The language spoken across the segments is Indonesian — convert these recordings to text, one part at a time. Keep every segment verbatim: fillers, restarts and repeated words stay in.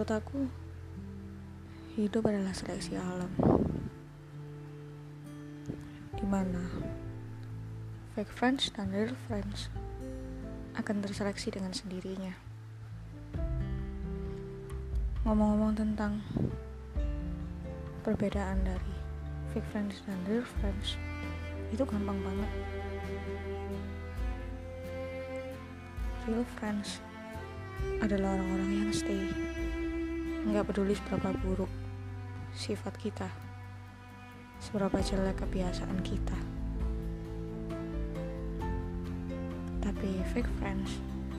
Menurut aku, hidup adalah seleksi alam, dimana fake friends dan real friends akan terseleksi dengan sendirinya. Ngomong-ngomong tentang perbedaan dari fake friends dan real friends, itu gampang banget. Real friends adalah orang-orang yang stay, nggak peduli seberapa buruk sifat kita, seberapa jelek kebiasaan kita. Tapi fake friends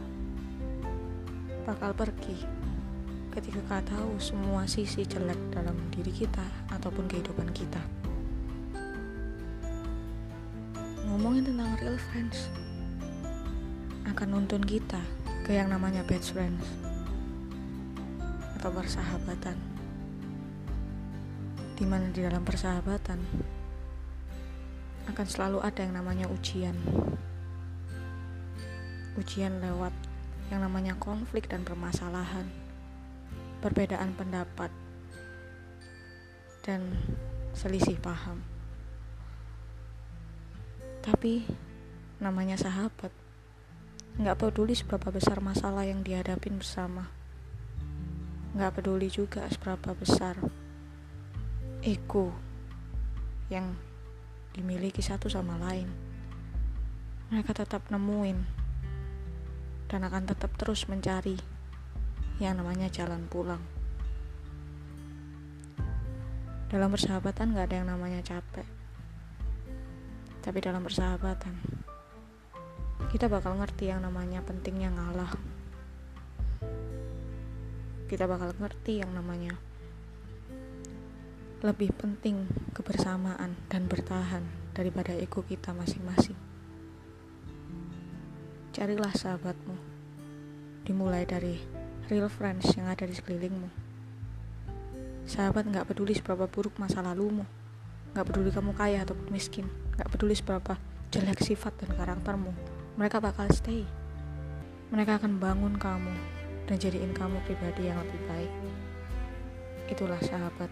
bakal pergi ketika kau tahu semua sisi jelek dalam diri kita ataupun kehidupan kita. Ngomongin tentang real friends akan nuntun kita ke yang namanya best friends atau persahabatan, dimana di dalam persahabatan akan selalu ada yang namanya ujian ujian lewat yang namanya konflik dan permasalahan, perbedaan pendapat dan selisih paham. Tapi namanya sahabat, gak peduli seberapa besar masalah yang dihadapin bersama, gak peduli juga seberapa besar ego yang dimiliki satu sama lain, mereka tetap nemuin dan akan tetap terus mencari yang namanya jalan pulang. Dalam persahabatan gak ada yang namanya capek, tapi dalam persahabatan kita bakal ngerti yang namanya pentingnya ngalah. Kita bakal ngerti yang namanya lebih penting kebersamaan dan bertahan daripada ego kita masing-masing. Carilah sahabatmu, dimulai dari real friends yang ada di sekelilingmu. Sahabat gak peduli seberapa buruk masa lalumu, gak peduli kamu kaya atau miskin, gak peduli seberapa jelek sifat dan karaktermu, mereka bakal stay. Mereka akan bangun kamu dan jadiin kamu pribadi yang lebih baik. Itulah sahabat.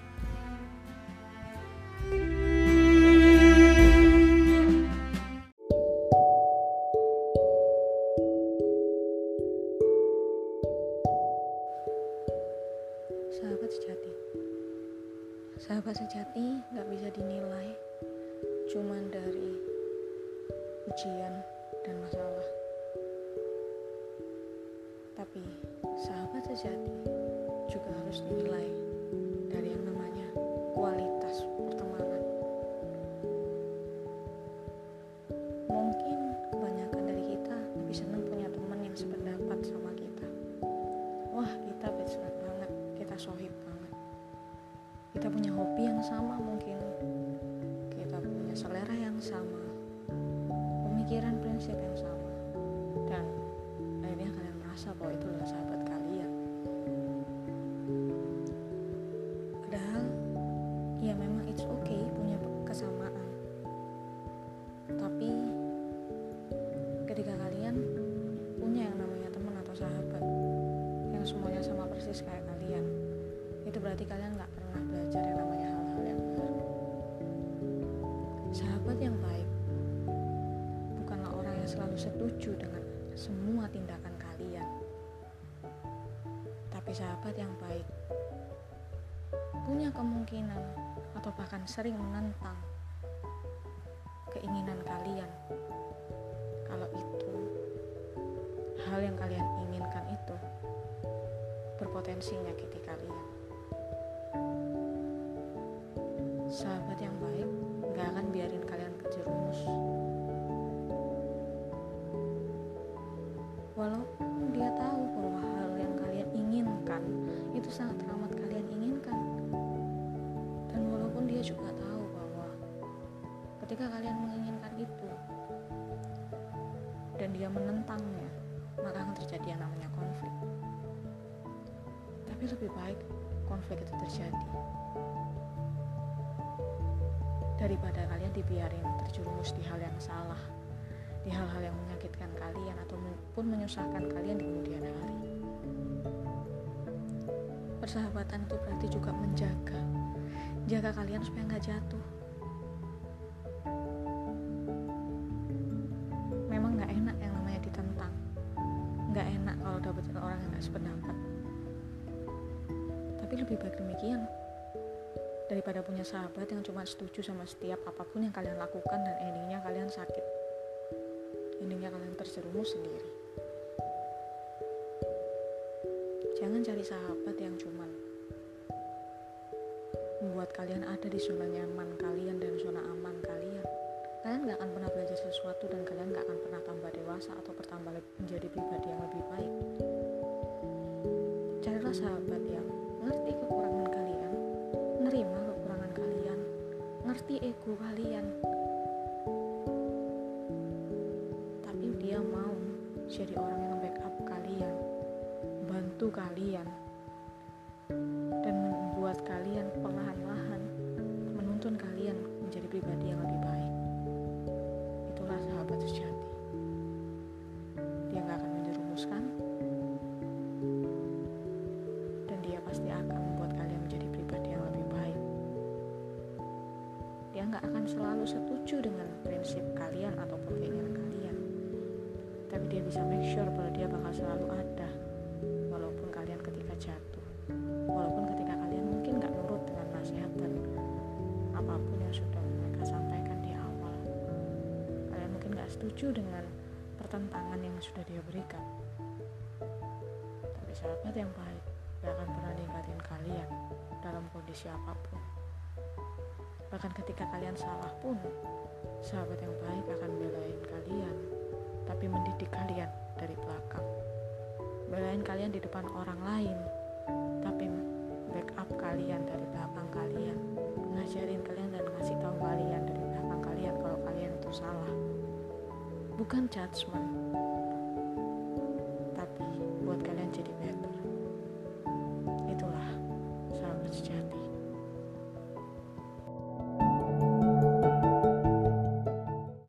Sahabat sejati. Sahabat sejati gak bisa dinilai cuman dari ujian dan masalah. Tapi sahabat sejati juga harus dinilai dari yang namanya kualitas pertemanan. Mungkin kebanyakan dari kita lebih senang punya teman yang sependapat sama kita. Wah, kita best friend banget, kita sohib banget. Kita punya hobi yang sama mungkin. Kita punya selera yang sama, pemikiran prinsip yang sama. Dan akhirnya kalian merasa bahwa itu adalah sahabat kalian. Padahal ya memang it's okay punya kesamaan. Tapi ketika kalian punya yang namanya teman atau sahabat yang semuanya sama persis kayak kalian, itu berarti kalian gak pernah belajar yang namanya hal-hal yang baru. Sahabat yang baik bukanlah orang yang selalu setuju dengan semua tindakan kalian, tapi sahabat yang baik punya kemungkinan atau bahkan sering menentang keinginan kalian kalau itu hal yang kalian inginkan itu berpotensi menyakiti kalian. Sahabat yang baik gak akan biarin kalian kejerumus, walaupun dia tahu bahwa hal yang kalian inginkan itu sangat amat kalian inginkan. Dan walaupun dia juga tahu bahwa ketika kalian menginginkan itu dan dia menentangnya, maka akan terjadi yang namanya konflik. Tapi lebih baik konflik itu terjadi daripada kalian dibiarin terjerumus di hal yang salah, di hal-hal yang menyakitkan kalian ataupun menyusahkan kalian di kemudian hari. Persahabatan itu berarti juga menjaga jaga kalian supaya nggak jatuh. Memang nggak enak yang namanya ditentang, nggak enak kalau dapetin orang yang nggak sependapat, tapi lebih baik demikian daripada punya sahabat yang cuma setuju sama setiap apapun yang kalian lakukan dan endingnya kalian sakit, endingnya kalian terjerumus sendiri. Jangan cari sahabat yang cuman membuat kalian ada di zona nyaman kalian dan zona aman kalian. Kalian gak akan pernah belajar sesuatu dan kalian gak akan pernah tambah dewasa atau bertambah menjadi pribadi yang lebih baik. Carilah sahabat yang ngerti kekurangan kalian, nerima kekurangan kalian, ngerti ego kalian, tapi dia mau jadi orang yang backup kalian, bantu kalian, dan membuat kalian perlahan-lahan menuntun kalian menjadi pribadi yang lebih baik. Itulah sahabat sejati. Dia gak akan menjerumuskan, dan dia pasti akan membuat kalian menjadi pribadi yang lebih baik. Dia gak akan selalu setuju dengan prinsip kalian ataupun keinginan kalian, tapi dia bisa make sure bahwa dia bakal selalu ada walaupun kalian ketika jatuh, walaupun ketika kalian mungkin gak nurut dengan nasihat dan apapun yang sudah mereka sampaikan di awal. Kalian mungkin gak setuju dengan pertentangan yang sudah dia berikan, tapi sahabat yang baik gak akan pernah ninggalin kalian dalam kondisi apapun. Bahkan ketika kalian salah pun, sahabat yang baik akan belain kalian, tapi mendidik kalian dari belakang. Belain kalian di depan orang lain, tapi backup kalian dari belakang kalian, ngajarin kalian dan ngasih tahu kalian dari belakang kalian kalau kalian itu salah. Bukan judgement,